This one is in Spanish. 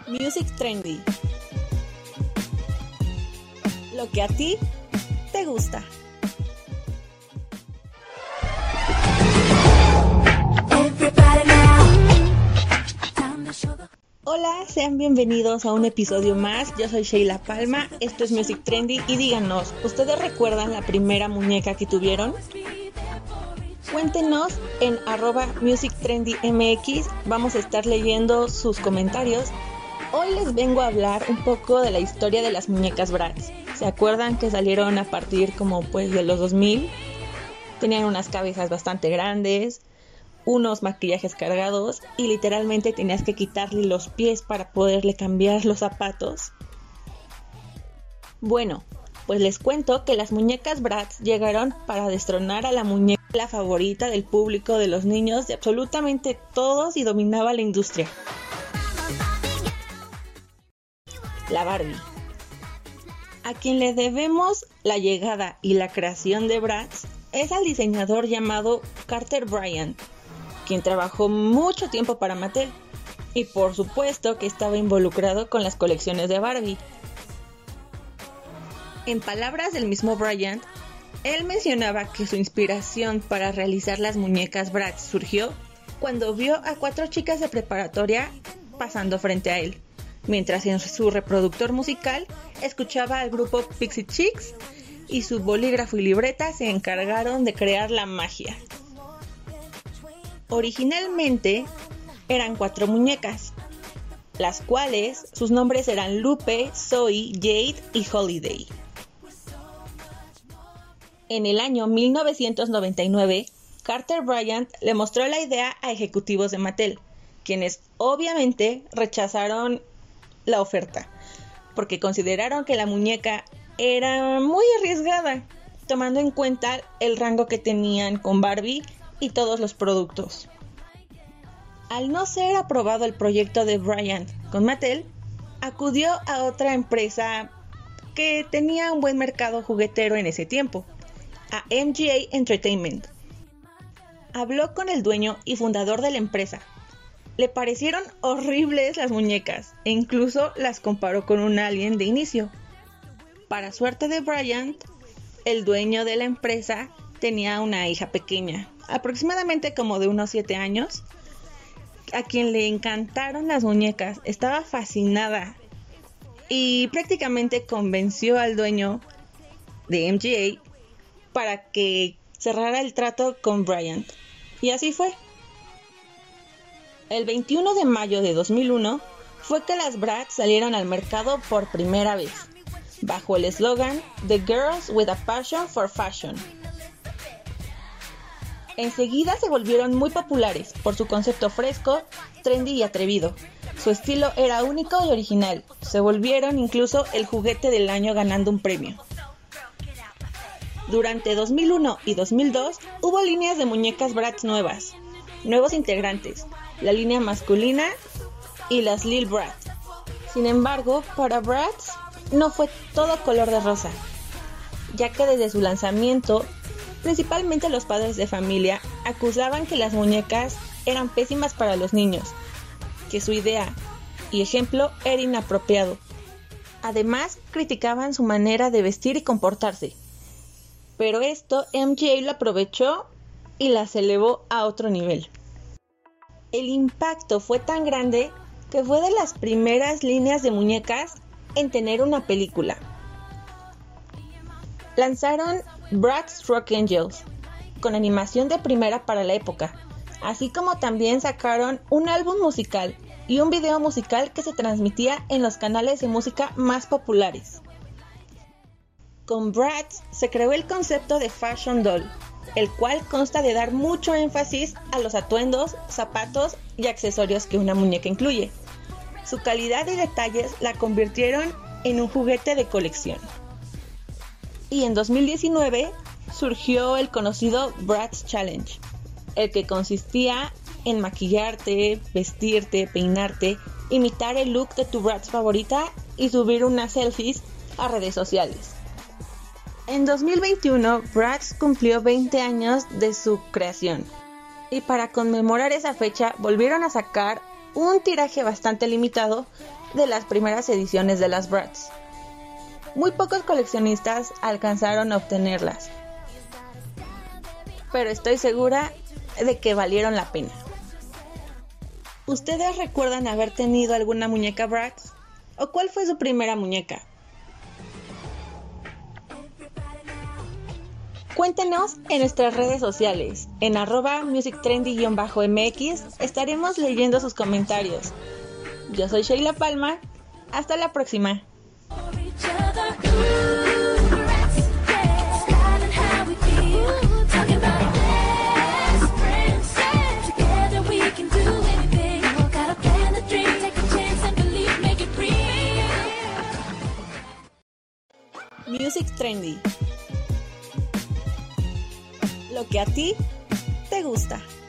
Music Trendy. Lo que a ti te gusta. Hola, sean bienvenidos a un episodio más. Yo soy Sheila Palma, esto es Music Trendy y díganos, ¿ustedes recuerdan la primera muñeca que tuvieron? Cuéntenos en @musictrendymx, vamos a estar leyendo sus comentarios. Hoy les vengo a hablar un poco de la historia de las muñecas Bratz. ¿Se acuerdan que salieron a partir de los 2000? Tenían unas cabezas bastante grandes, unos maquillajes cargados y literalmente tenías que quitarle los pies para poderle cambiar los zapatos. Bueno, pues les cuento que las muñecas Bratz llegaron para destronar a la muñeca favorita del público, de los niños, de absolutamente todos, y dominaba la industria. La Barbie. A quien le debemos la llegada y la creación de Bratz es al diseñador llamado Carter Bryant, quien trabajó mucho tiempo para Mattel y por supuesto que estaba involucrado con las colecciones de Barbie. En palabras del mismo Bryant, él mencionaba que su inspiración para realizar las muñecas Bratz surgió cuando vio a 4 chicas de preparatoria pasando frente a él, mientras en su reproductor musical escuchaba al grupo Pixie Chicks y su bolígrafo y libreta se encargaron de crear la magia. Originalmente eran 4 muñecas, las cuales sus nombres eran Lupe, Zoe, Jade y Holiday. En el año 1999, Carter Bryant le mostró la idea a ejecutivos de Mattel, quienes obviamente rechazaron la oferta, porque consideraron que la muñeca era muy arriesgada, tomando en cuenta el rango que tenían con Barbie y todos los productos. Al no ser aprobado el proyecto de Bryant con Mattel, acudió a otra empresa que tenía un buen mercado juguetero en ese tiempo, a MGA Entertainment. Habló con el dueño y fundador de la empresa. Le parecieron horribles las muñecas e incluso las comparó con un alien de inicio. Para suerte de Bryant, el dueño de la empresa tenía una hija pequeña, aproximadamente como de unos 7 años, a quien le encantaron las muñecas, estaba fascinada y prácticamente convenció al dueño de MGA para que cerrara el trato con Bryant. Y así fue. El 21 de mayo de 2001 fue que las Bratz salieron al mercado por primera vez, bajo el eslogan The Girls with a Passion for Fashion. Enseguida se volvieron muy populares por su concepto fresco, trendy y atrevido. Su estilo era único y original. Se volvieron incluso el juguete del año ganando un premio. Durante 2001 y 2002 hubo líneas de muñecas Bratz nuevos integrantes, la línea masculina y las Lil Bratz. Sin embargo, para Bratz no fue todo color de rosa, ya que desde su lanzamiento, principalmente los padres de familia acusaban que las muñecas eran pésimas para los niños, que su idea y ejemplo era inapropiado. Además, criticaban su manera de vestir y comportarse. Pero esto MGA lo aprovechó y las elevó a otro nivel. El impacto fue tan grande que fue de las primeras líneas de muñecas en tener una película. Lanzaron Bratz Rock Angels, con animación de primera para la época, así como también sacaron un álbum musical y un video musical que se transmitía en los canales de música más populares. Con Bratz se creó el concepto de Fashion Doll, el cual consta de dar mucho énfasis a los atuendos, zapatos y accesorios que una muñeca incluye. Su calidad y detalles la convirtieron en un juguete de colección. Y en 2019 surgió el conocido Bratz Challenge, el que consistía en maquillarte, vestirte, peinarte, imitar el look de tu Bratz favorita y subir unas selfies a redes sociales. En 2021, Bratz cumplió 20 años de su creación y para conmemorar esa fecha volvieron a sacar un tiraje bastante limitado de las primeras ediciones de las Bratz. Muy pocos coleccionistas alcanzaron a obtenerlas, pero estoy segura de que valieron la pena. ¿Ustedes recuerdan haber tenido alguna muñeca Bratz? ¿O cuál fue su primera muñeca? Cuéntenos en nuestras redes sociales, en @musictrendy_mx, estaremos leyendo sus comentarios. Yo soy Sheila Palma, hasta la próxima. Music Trendy. Lo que a ti te gusta.